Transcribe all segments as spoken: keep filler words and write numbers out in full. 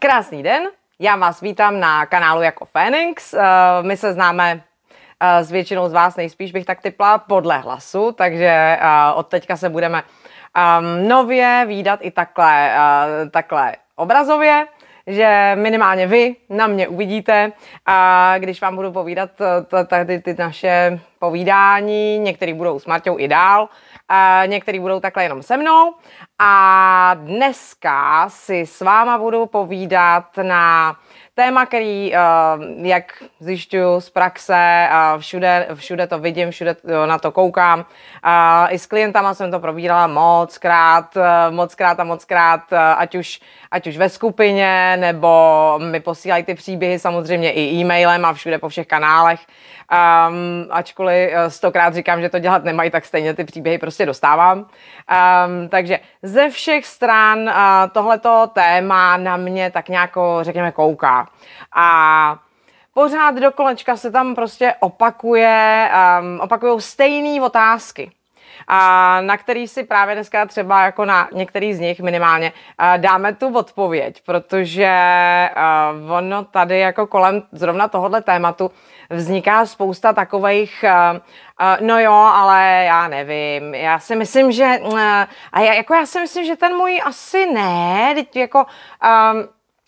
Krásný den, já vás vítám na kanálu jako Fénix. My se známe s většinou z vás, nejspíš bych tak tipla, podle hlasu, takže od teďka se budeme nově vídat i takhle, takhle obrazově, že minimálně vy na mě uvidíte, a když vám budu povídat tady ty naše povídání, některý budou s Marťou i dál, a některý budou takhle jenom se mnou. A dneska si s váma budu povídat na téma, který, jak zjišťuju z praxe, všude, všude to vidím, všude na to koukám. I s klientama jsem to probírala moc krát, moc krát a moc krát, ať už, ať už ve skupině, nebo mi posílají ty příběhy samozřejmě i e-mailem a všude po všech kanálech. Um, ačkoliv stokrát říkám, že to dělat nemají, tak stejně ty příběhy prostě dostávám. Um, takže ze všech stran uh, tohleto téma na mě tak nějak, řekněme, kouká. A pořád do kolečka se tam prostě opakuje, um, opakujou stejné otázky, a na který si právě dneska třeba jako na některý z nich minimálně uh, dáme tu odpověď, protože uh, ono tady jako kolem zrovna tohohle tématu vzniká spousta takových, uh, uh, no jo, ale já nevím, já si myslím, že, uh, a já, jako já si myslím, že ten můj asi ne, teď jako um,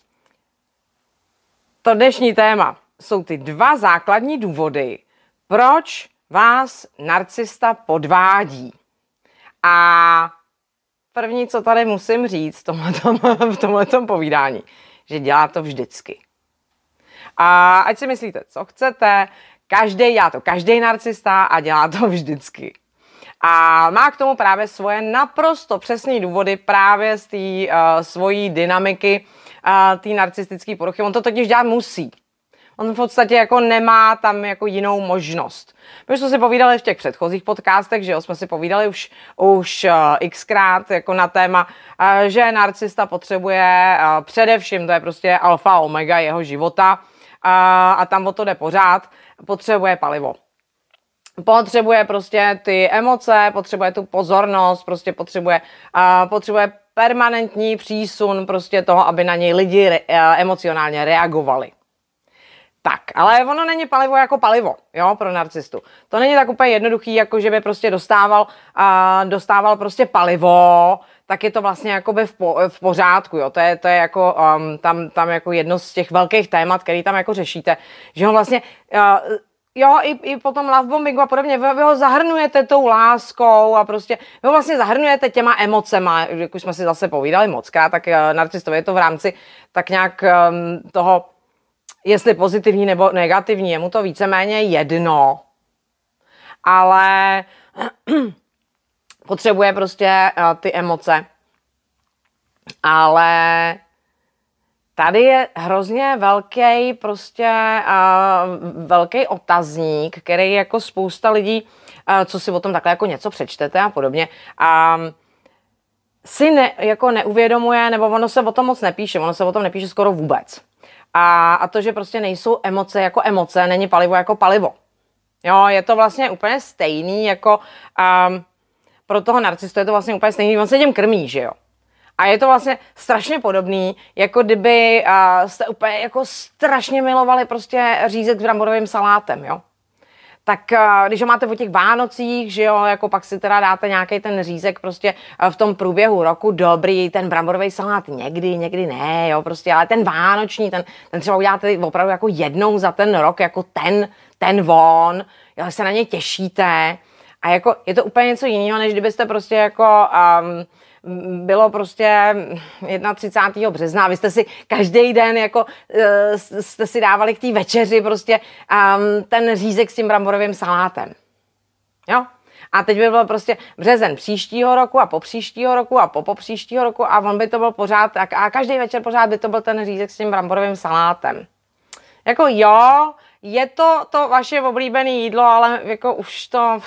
to dnešní téma jsou ty dva základní důvody, proč vás narcista podvádí. A první, co tady musím říct v tomhletom, v tomhletom povídání, že dělá to vždycky. A ať si myslíte, co chcete, každý dělá to, každý narcista a dělá to vždycky. A má k tomu právě svoje naprosto přesné důvody právě z té uh, svojí dynamiky, uh, té narcistické poruchy. On to totiž dělat musí. On v podstatě jako nemá tam jako jinou možnost. My jsme si povídali v těch předchozích podcastech, že jo, jsme si povídali už, už uh, xkrát jako na téma, uh, že narcista potřebuje uh, především, to je prostě alfa omega jeho života, uh, a tam o to jde pořád, potřebuje palivo. Potřebuje prostě ty emoce, potřebuje tu pozornost, prostě potřebuje, uh, potřebuje permanentní přísun prostě toho, aby na něj lidi re, uh, emocionálně reagovali. Tak, ale ono není palivo jako palivo, jo, pro narcistu. To není tak úplně jednoduchý, jako že by prostě dostával, uh, dostával prostě palivo, tak je to vlastně jakoby v, po, v pořádku, jo. To je, to je jako um, tam, tam jako jedno z těch velkých témat, který tam jako řešíte, že ho vlastně, uh, jo, i, i po tom love bombingu a podobně, vy, vy ho zahrnujete tou láskou a prostě, vy ho vlastně zahrnujete těma emocema, jak už jsme si zase povídali mockrát, tak uh, narcistovi je to v rámci tak nějak um, toho, jestli pozitivní nebo negativní, je mu to víceméně jedno, ale potřebuje prostě uh, ty emoce. Ale tady je hrozně velký prostě uh, velký otazník, který jako spousta lidí, uh, co si o tom takhle jako něco přečtete a podobně, um, si ne, jako neuvědomuje, nebo ono se o tom moc nepíše, ono se o tom nepíše skoro vůbec. A, a to, že prostě nejsou emoce jako emoce, není palivo jako palivo. Jo, je to vlastně úplně stejný, jako um, pro toho narcistu je to vlastně úplně stejný, on se tím krmí, že jo. A je to vlastně strašně podobný, jako kdyby uh, jste úplně jako strašně milovali prostě řízek s bramborovým salátem, jo. Tak uh, když ho máte o těch Vánocích, že jo, jako pak si teda dáte nějaký ten řízek prostě uh, v tom průběhu roku, dobrý, ten bramborový salát někdy, někdy ne, jo, prostě, ale ten vánoční, ten, ten třeba uděláte opravdu jako jednou za ten rok, jako ten, ten von, jo, se na ně těšíte a jako je to úplně něco jiného, než kdybyste prostě jako um, bylo prostě třicátého prvního března a vy jste si každý den jako uh, jste si dávali k té večeři prostě um, ten řízek s tím bramborovým salátem. Jo? A teď by byl prostě březen příštího roku a po příštího roku a po po příštího roku a on by to byl pořád a každý večer pořád by to byl ten řízek s tím bramborovým salátem. Jako jo, je to to vaše oblíbené jídlo, ale jako už to...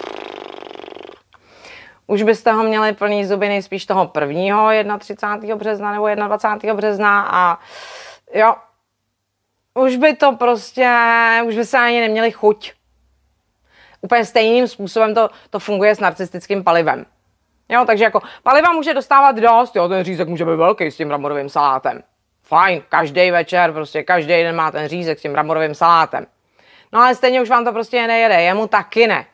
Už byste ho měli plný zuby nejspíš toho prvního třicátého prvního března nebo dvacátého prvního března a jo, už by to prostě, už by se ani neměli chuť. Úplně stejným způsobem to, to funguje s narcistickým palivem. Jo, takže jako paliva může dostávat dost, jo, ten řízek může být velký s tím bramborovým salátem. fajn, každý večer, prostě každý den má ten řízek s tím bramborovým salátem. No ale stejně už vám to prostě nejede, jemu taky ne.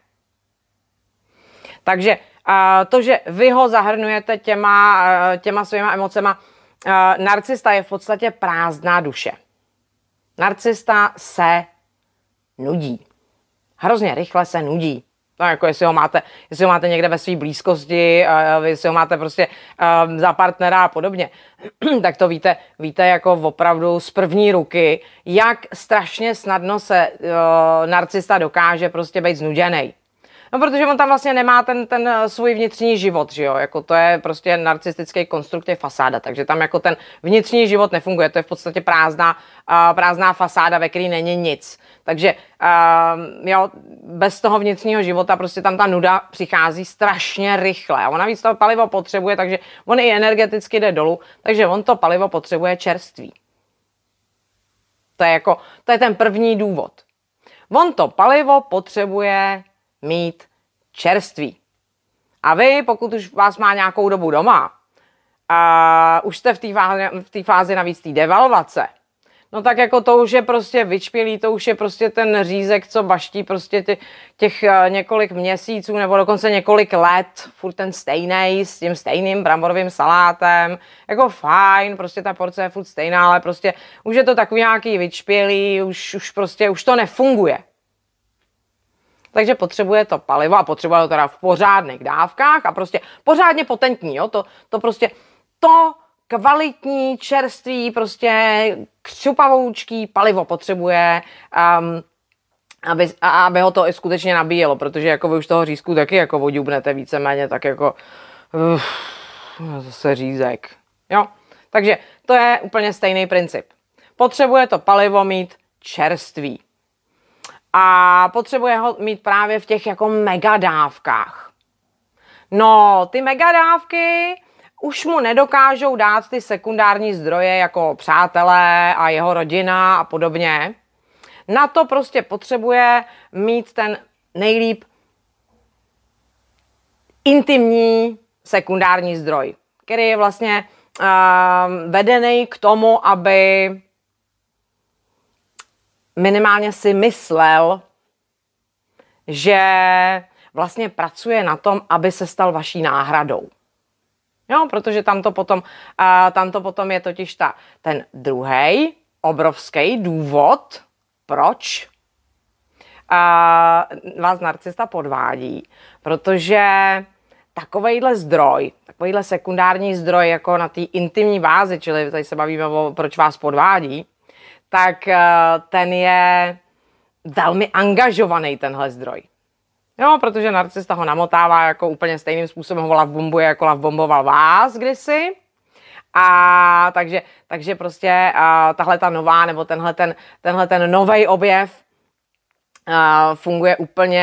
Takže to, že vy ho zahrnujete těma, těma svýma emocema, narcista je v podstatě prázdná duše. Narcista se nudí. Hrozně rychle se nudí. No, jako jestli ho máte, jestli ho máte někde ve své blízkosti, uh, jestli ho máte prostě uh, za partnera a podobně, tak to víte, víte jako opravdu z první ruky, jak strašně snadno se uh, narcista dokáže prostě být znuděnej. No, protože on tam vlastně nemá ten, ten svůj vnitřní život, že jo, jako to je prostě narcistický konstrukt, je fasáda, takže tam jako ten vnitřní život nefunguje, to je v podstatě prázdná, uh, prázdná fasáda, ve který není nic. Takže uh, jo, bez toho vnitřního života prostě tam ta nuda přichází strašně rychle a on navíc to palivo potřebuje, takže on i energeticky jde dolů, takže on to palivo potřebuje čerství. To je jako, to je ten první důvod. On to palivo potřebuje mít čerství. A vy, pokud už vás má nějakou dobu doma, a už jste v té fázi, v té fázi navíc té devalvace, no tak jako to už je prostě vyčpělý, to už je prostě ten řízek, co baští prostě těch, těch několik měsíců nebo dokonce několik let, furt ten stejnej s tím stejným bramborovým salátem, jako fajn, prostě ta porce je furt stejná, ale prostě už je to takový nějaký vyčpělý, už, už prostě, už to nefunguje. Takže potřebuje to palivo a potřebuje to teda v pořádných dávkách a prostě pořádně potentní, jo, to, to prostě, to kvalitní, čerství, prostě křupavoučký palivo potřebuje, um, aby, aby ho to i skutečně nabíjelo, protože jako vy už toho řízku taky jako vodňubnete víceméně, tak jako uh, zase řízek, jo. Takže to je úplně stejný princip. Potřebuje to palivo mít čerství. A potřebuje ho mít právě v těch jako megadávkách. No, ty megadávky už mu nedokážou dát ty sekundární zdroje jako přátelé a jeho rodina a podobně. Na to prostě potřebuje mít ten nejlíp intimní sekundární zdroj, který je vlastně uh, vedený k tomu, aby minimálně si myslel, že vlastně pracuje na tom, aby se stal vaší náhradou. Jo, protože tam to potom, uh, tam to potom je totiž ta, ten druhý obrovský důvod, proč uh, vás narcista podvádí. Protože takovejhle zdroj, takovejhle sekundární zdroj jako na té intimní bázi, čili tady se bavíme o proč vás podvádí, tak uh, ten je velmi angažovaný tenhle zdroj. Jo, protože narcista ho namotává jako úplně stejným způsobem, ho lavbombuje, jako lavbomboval vás kdysi. A takže, takže prostě uh, tahle ta nová, nebo tenhle ten, tenhle ten novej objev uh, funguje úplně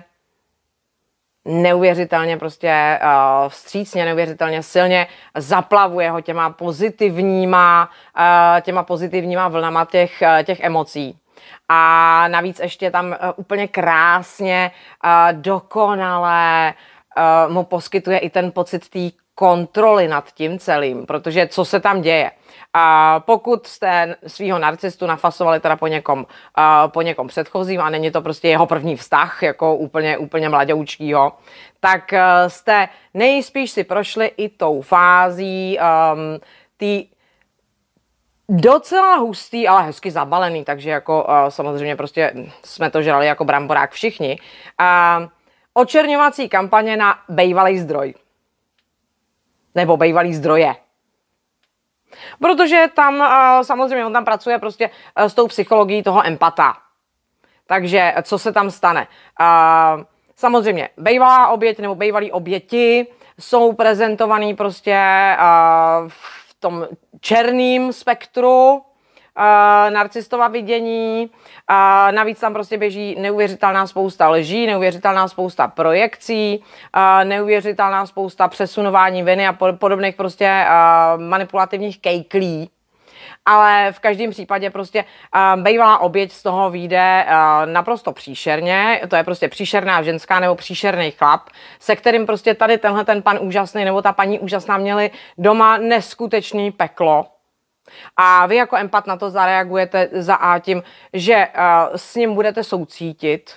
neuvěřitelně prostě uh, vstřícně, neuvěřitelně silně, zaplavuje ho těma pozitivníma, uh, těma pozitivníma vlnama těch, uh, těch emocí. A navíc ještě tam uh, úplně krásně, uh, dokonale uh, mu poskytuje i ten pocit té kontroly nad tím celým, protože co se tam děje? A pokud jste svýho narcistu nafasovali teda po někom, uh, po někom předchozím a není to prostě jeho první vztah, jako úplně, úplně mladoučkýho, tak uh, jste nejspíš si prošli i tou fází um, tý docela hustý, ale hezky zabalený, takže jako uh, samozřejmě prostě jsme to žrali jako bramborák všichni. Uh, očerňovací kampaně na bejvalý zdroj. Nebo bejvalý zdroje. Protože tam uh, samozřejmě on tam pracuje prostě uh, s tou psychologií toho empata. Takže co se tam stane? Uh, samozřejmě bejvalá oběť nebo bejvalí oběti jsou prezentovaný prostě uh, v tom černém spektru Uh, narcistova vidění, uh, navíc tam prostě běží neuvěřitelná spousta lží, neuvěřitelná spousta projekcí, uh, neuvěřitelná spousta přesunování viny a podobných prostě uh, manipulativních kejklí. Ale v každém případě prostě uh, bejvalá oběť z toho vyjde uh, naprosto příšerně, to je prostě příšerná ženská nebo příšerný chlap, se kterým prostě tady tenhle ten pan úžasný nebo ta paní úžasná měli doma neskutečný peklo. A vy jako empat na to zareagujete za A tím, že uh, s ním budete soucítit.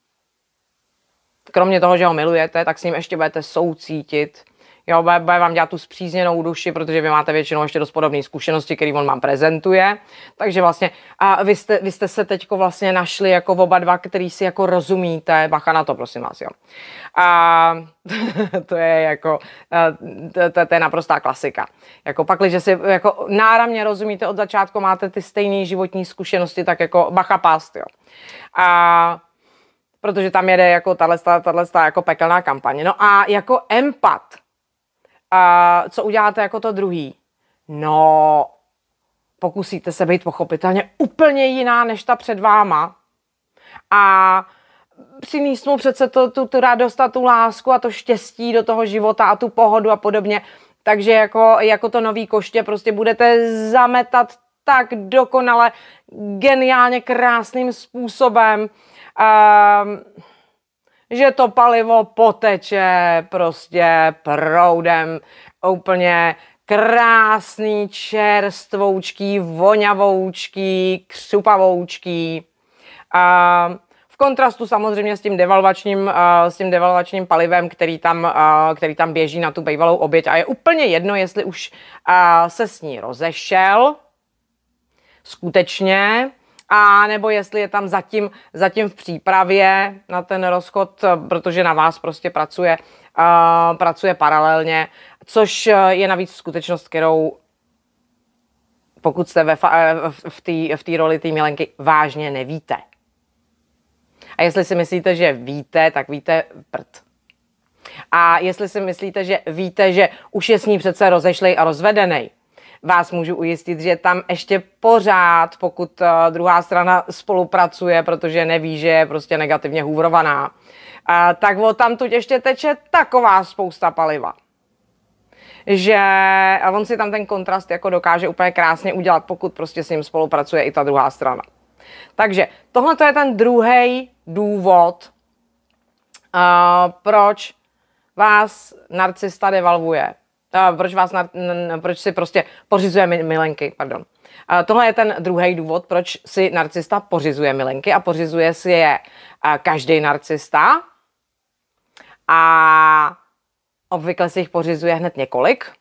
Kromě toho, že ho milujete, tak s ním ještě budete soucítit. Jo, bude, bude vám dělat tu spřízněnou duši, protože vy máte většinou ještě dost podobné zkušenosti, které on vám prezentuje. Takže vlastně a vy, jste, vy jste se teďko vlastně našli jako oba dva, který si jako rozumíte. Bacha na to, prosím vás, jo. A to je jako, to, to, to je naprostá klasika. Jako pak, když si jako náramně rozumíte od začátku, máte ty stejné životní zkušenosti, tak jako bacha past, jo. A protože tam jede jako tato jako pekelná kampaně. No a jako empat, a co uděláte jako to druhý? No, pokusíte se být pochopitelně úplně jiná než ta před váma a přinést mu přece to, tu, tu radost a tu lásku a to štěstí do toho života a tu pohodu a podobně. Takže jako, jako to nový koště prostě budete zametat tak dokonale, geniálně krásným způsobem, um, že to palivo poteče prostě proudem, úplně krásný, čerstvoučký, voňavoučký, křupavoučký. Uh, v kontrastu samozřejmě s tím devalvačním, uh, s tím devalvačním palivem, který tam, uh, který tam běží na tu bývalou oběť a je úplně jedno, jestli už uh, se s ní rozešel, skutečně, a nebo jestli je tam zatím, zatím v přípravě na ten rozchod, protože na vás prostě pracuje, uh, pracuje paralelně, což je navíc skutečnost, kterou pokud jste ve v té v té roli té milenky vážně nevíte. A jestli si myslíte, že víte, tak víte prd. A jestli si myslíte, že víte, že už je s ní přece rozešlej a rozvedenej, vás můžu ujistit, že tam ještě pořád, pokud druhá strana spolupracuje, protože neví, že je prostě negativně hůvrovaná, tak o tamtud ještě teče taková spousta paliva, že on si tam ten kontrast jako dokáže úplně krásně udělat, pokud prostě s ním spolupracuje i ta druhá strana. Takže tohle je ten druhý důvod, proč vás narcista devalvuje. Uh, proč, vás na, n, proč si prostě pořizuje milenky, pardon. Uh, tohle je ten druhý důvod, proč si narcista pořizuje milenky a pořizuje si je uh, každý narcista a obvykle si jich pořizuje hned několik,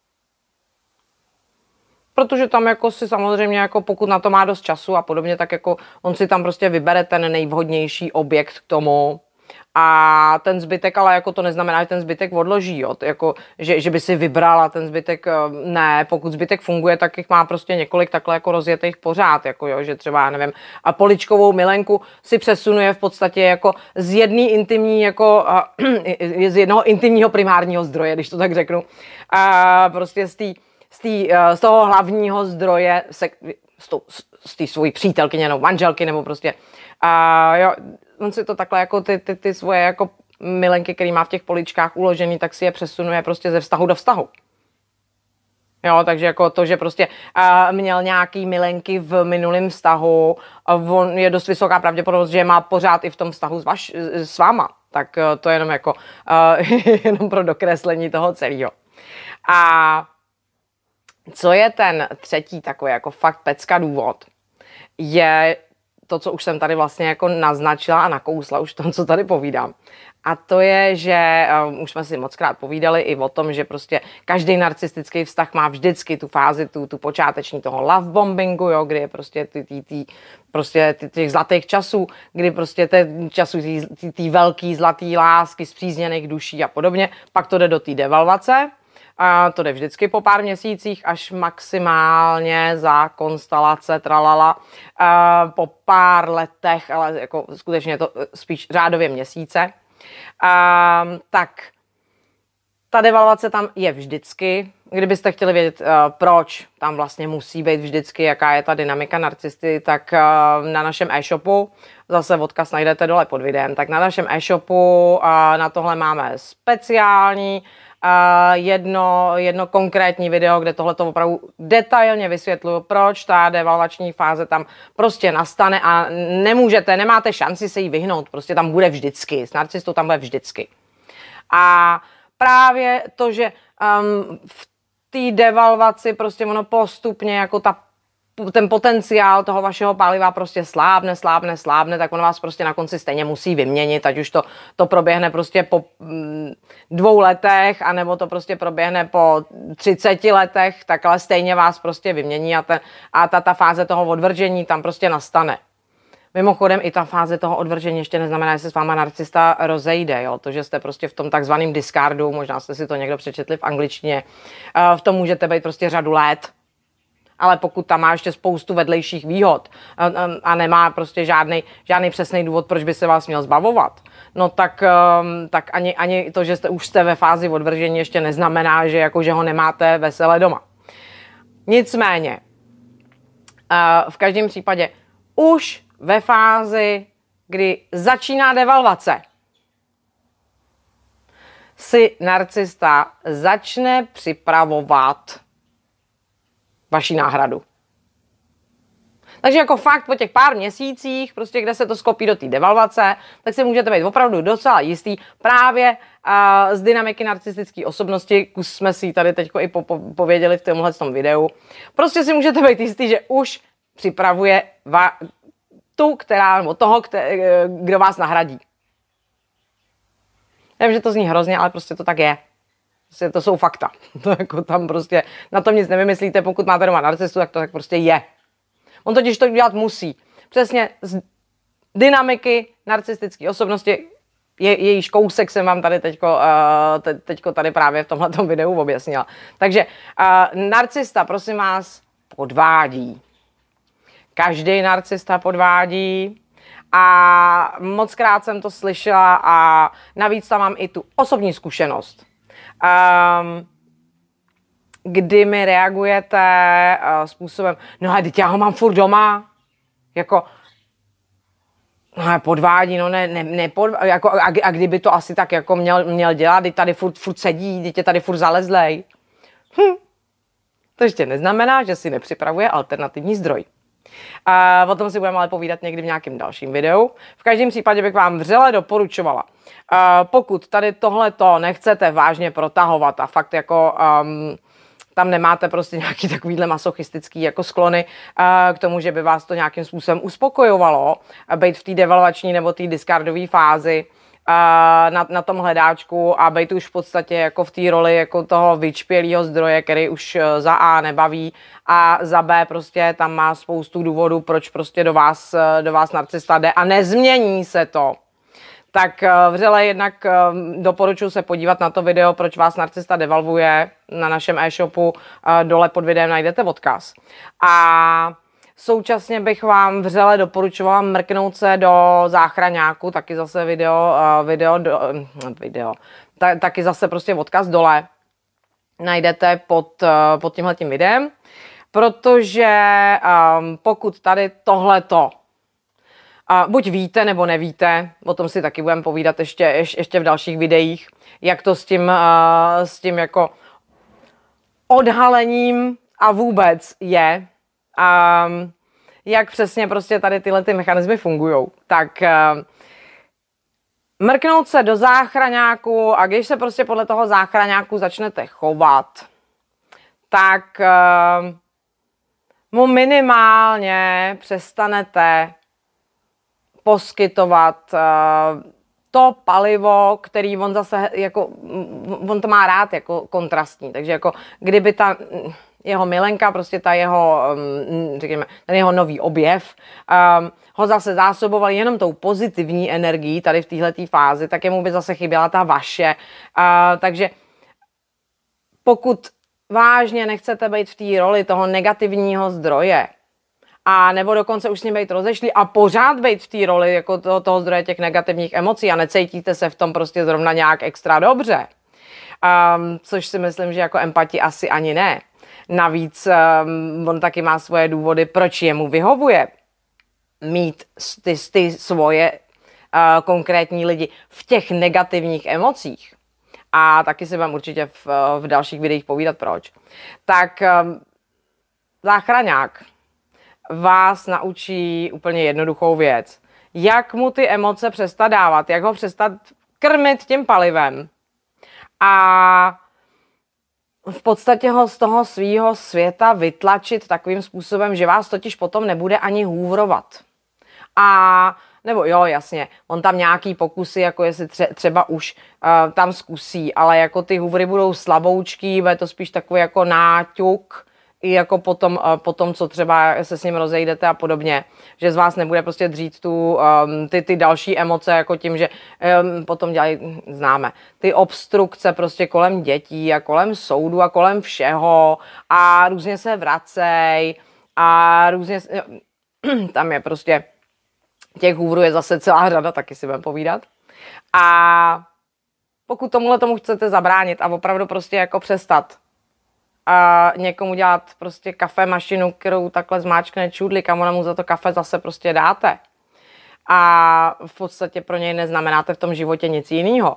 protože tam jako si samozřejmě, jako pokud na to má dost času a podobně, tak jako on si tam prostě vybere ten nejvhodnější objekt k tomu. A ten zbytek, ale jako to neznamená, že ten zbytek odloží, jo? Jako, že, že by si vybrala ten zbytek, ne, pokud zbytek funguje, tak jich má prostě několik takhle jako rozjetých pořád, jako jo, že třeba, já nevím, a poličkovou milenku si přesunuje v podstatě jako z jedné intimní, jako z jednoho intimního primárního zdroje, když to tak řeknu, a prostě z, tý, z, tý, z toho hlavního zdroje, se, z té svojí přítelkyně nebo manželky, nebo prostě, a jo, on si to takhle jako ty, ty, ty svoje jako milenky, který má v těch poličkách uložený, tak si je přesunuje prostě ze vztahu do vztahu. Jo, takže jako to, že prostě uh, měl nějaký milenky v minulém vztahu, uh, on je dost vysoká pravděpodobnost, že je má pořád i v tom vztahu s, vaš, s váma. Tak uh, to je jenom jako uh, jenom pro dokreslení toho celého. A co je ten třetí takový jako fakt pecka důvod, je to, co už jsem tady vlastně jako naznačila a nakousla už v tom, co tady povídám. A to je, že um, už jsme si mockrát povídali i o tom, že prostě každý narcistický vztah má vždycky tu fázi, tu, tu počáteční toho love bombingu, jo, kdy je prostě ty, ty, ty, prostě ty, těch zlatých časů, kdy prostě ty časů ty velký zlatý lásky, spřízněných duší a podobně, pak to jde do té devalvace. A to jde vždycky po pár měsících, až maximálně za konstelace, tralala, a po pár letech, ale jako skutečně je to spíš řádově měsíce. A, tak ta devalvace tam je vždycky. Kdybyste chtěli vědět, uh, proč tam vlastně musí být vždycky, jaká je ta dynamika narcisty, tak uh, na našem e-shopu, zase odkaz najdete dole pod videem, tak na našem e-shopu uh, na tohle máme speciální Uh, jedno, jedno konkrétní video, kde tohleto opravdu detailně vysvětluju, proč ta devalvační fáze tam prostě nastane a nemůžete, nemáte šanci se jí vyhnout, prostě tam bude vždycky, s narcistou tam bude vždycky. A právě to, že um, v té devalvaci prostě ono postupně jako ta, ten potenciál toho vašeho paliva prostě slábne, slábne, slábne, tak on vás prostě na konci stejně musí vyměnit, ať už to, to proběhne prostě po mm, dvou letech, anebo to prostě proběhne po třiceti letech, tak ale stejně vás prostě vymění a, ten, a ta, ta fáze toho odvržení tam prostě nastane. Mimochodem i ta fáze toho odvržení ještě neznamená, že se s váma narcista rozejde, jo? To, že jste prostě v tom takzvaném discardu, možná jste si to někdo přečetli v angličtině, v tom můžete být prostě řadu let, ale pokud tam má ještě spoustu vedlejších výhod a, a, a nemá prostě žádný, žádný přesný důvod, proč by se vás měl zbavovat, no tak, tak ani, ani to, že jste už jste ve fázi odvržení, ještě neznamená, že, jako, že ho nemáte veselé doma. Nicméně, v každém případě už ve fázi, kdy začíná devalvace, si narcista začne připravovat vaši náhradu. Takže jako fakt po těch pár měsících, prostě kde se to skopí do té devalvace, tak si můžete být opravdu docela jistý právě uh, z dynamiky narcistické osobnosti, kus jsme si tady teď i po, po, pověděli v tomhle tom videu. Prostě si můžete být jistý, že už připravuje va, tu, která, nebo toho, který, kdo vás nahradí. Nevím, že to zní hrozně, ale prostě to tak je. Prostě to jsou fakta. To jako tam prostě na tom nic nevymyslíte, pokud máte doma narcistu, tak to tak prostě je. On totiž to dělat musí. Přesně z dynamiky narcistické osobnosti, je, jejíž kousek jsem vám tady teďko, uh, te, teďko tady právě v tomhletom videu objasnila. Takže uh, narcista, prosím vás, podvádí. Každý narcista podvádí a mockrát jsem to slyšela a navíc tam mám i tu osobní zkušenost. Um, kdy mi reagujete uh, způsobem, no a teď já ho mám furt doma, jako, no podvádí, no ne, ne, ne podvádí, jako, a, a kdyby to asi tak jako měl, měl dělat, teď tady furt, furt sedí, teď je tady furt zalezlej. Hm. To ještě neznamená, že si nepřipravuje alternativní zdroj. Uh, o tom si budeme ale povídat někdy v nějakém dalším videu. V každém případě bych vám vřele doporučovala, uh, pokud tady tohleto nechcete vážně protahovat a fakt jako um, tam nemáte prostě nějaký takovýhle masochistický jako sklony uh, k tomu, že by vás to nějakým způsobem uspokojovalo, uh, být v té devalvační nebo té discardové fázi, Na, na tom hledáčku a být už v podstatě jako v té roli jako toho vyčpělého zdroje, který už za A nebaví a za B prostě tam má spoustu důvodů, proč prostě do vás, do vás narcista jde a nezmění se to. Tak vřele jednak doporučuji se podívat na to video, proč vás narcista devalvuje na našem e-shopu. Dole pod videem najdete odkaz. A současně bych vám vřele doporučovala mrknout se do záchraňáku, taky zase video, video, do, video ta, taky zase prostě odkaz dole najdete pod, pod tímhletím videem, protože um, pokud tady tohleto uh, buď víte nebo nevíte, o tom si taky budeme povídat ještě, ještě v dalších videích, jak to s tím, uh, s tím jako odhalením a vůbec je, Um, jak přesně prostě tady tyhle ty mechanismy fungují. Tak um, mrknout se do záchraňáku a když se prostě podle toho záchraňáku začnete chovat, tak um, mu minimálně přestanete poskytovat uh, to palivo, který on zase jako, on to má rád jako kontrastní, takže jako kdyby ta jeho milenka, prostě ta jeho, řekněme, ten jeho nový objev, um, ho zase zásoboval jenom tou pozitivní energií tady v téhleté fázi, tak jemu by zase chyběla ta vaše. Uh, takže pokud vážně nechcete být v té roli toho negativního zdroje, a nebo dokonce už s ním být rozešli a pořád být v té roli jako toho, toho zdroje těch negativních emocí a necítíte se v tom prostě zrovna nějak extra dobře, um, což si myslím, že jako empati asi ani ne. Navíc um, on taky má svoje důvody, proč jemu vyhovuje mít ty, ty svoje uh, konkrétní lidi v těch negativních emocích. A taky si vám určitě v, v dalších videích povídat proč. Tak um, záchraňák vás naučí úplně jednoduchou věc. Jak mu ty emoce přestat dávat, jak ho přestat krmit tím palivem. A v podstatě ho z toho svýho světa vytlačit takovým způsobem, že vás totiž potom nebude ani hůvrovat. A nebo jo, jasně, on tam nějaký pokusy, jako jestli tře- třeba už uh, tam zkusí, ale jako ty hůvry budou slaboučký, bude to spíš takový jako náťuk, i jako potom, uh, potom, co třeba se s ním rozejdete a podobně, že z vás nebude prostě dřít tu, um, ty, ty další emoce, jako tím, že um, potom dělají, známe, ty obstrukce prostě kolem dětí a kolem soudu a kolem všeho a různě se vracej a různě, tam je prostě těch hůvrů je zase celá řada, taky si budeme povídat. A pokud tomuhle tomu chcete zabránit a opravdu prostě jako přestat a někomu dělat prostě kafemašinu, kterou takhle zmáčkne čudlik a ona mu za to kafe zase prostě dáte. A v podstatě pro něj neznamenáte v tom životě nic jiného.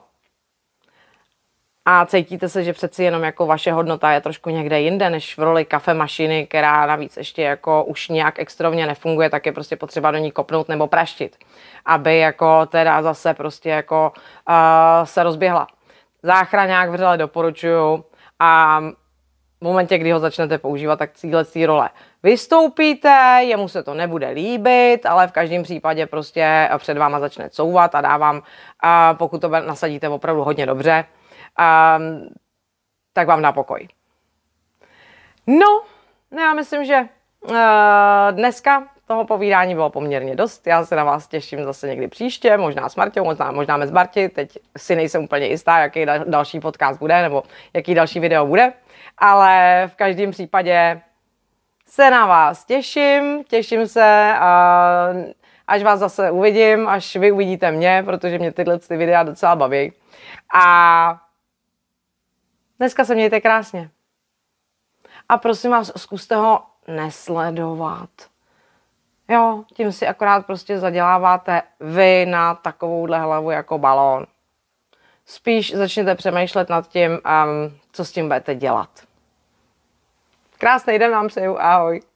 A cítíte se, že přeci jenom jako vaše hodnota je trošku někde jinde, než v roli kafemašiny, která navíc ještě jako už nějak extrovně nefunguje, tak je prostě potřeba do ní kopnout nebo praštit, aby jako teda zase prostě jako uh, se rozběhla. Záchraňák vřele doporučuju a v momentě, kdy ho začnete používat, tak cíle z té role vystoupíte, jemu se to nebude líbit, ale v každém případě prostě před váma začne couvat a dá vám, uh, pokud to nasadíte opravdu hodně dobře, Um, tak vám dá pokoj. No, já myslím, že uh, dneska toho povídání bylo poměrně dost. Já se na vás těším zase někdy příště, možná s Marťou, možná, možná bez Marti. Teď si nejsem úplně jistá, jaký dal, další podcast bude, nebo jaký další video bude. Ale v každém případě se na vás těším. Těším se, uh, až vás zase uvidím, až vy uvidíte mě, protože mě tyhle ty videa docela baví. A dneska se mějte krásně. A prosím vás, zkuste ho nesledovat. Jo, tím si akorát prostě zaděláváte vy na takovouhle hlavu jako balón. Spíš začněte přemýšlet nad tím, um, co s tím budete dělat. Krásný den vám přeju, ahoj.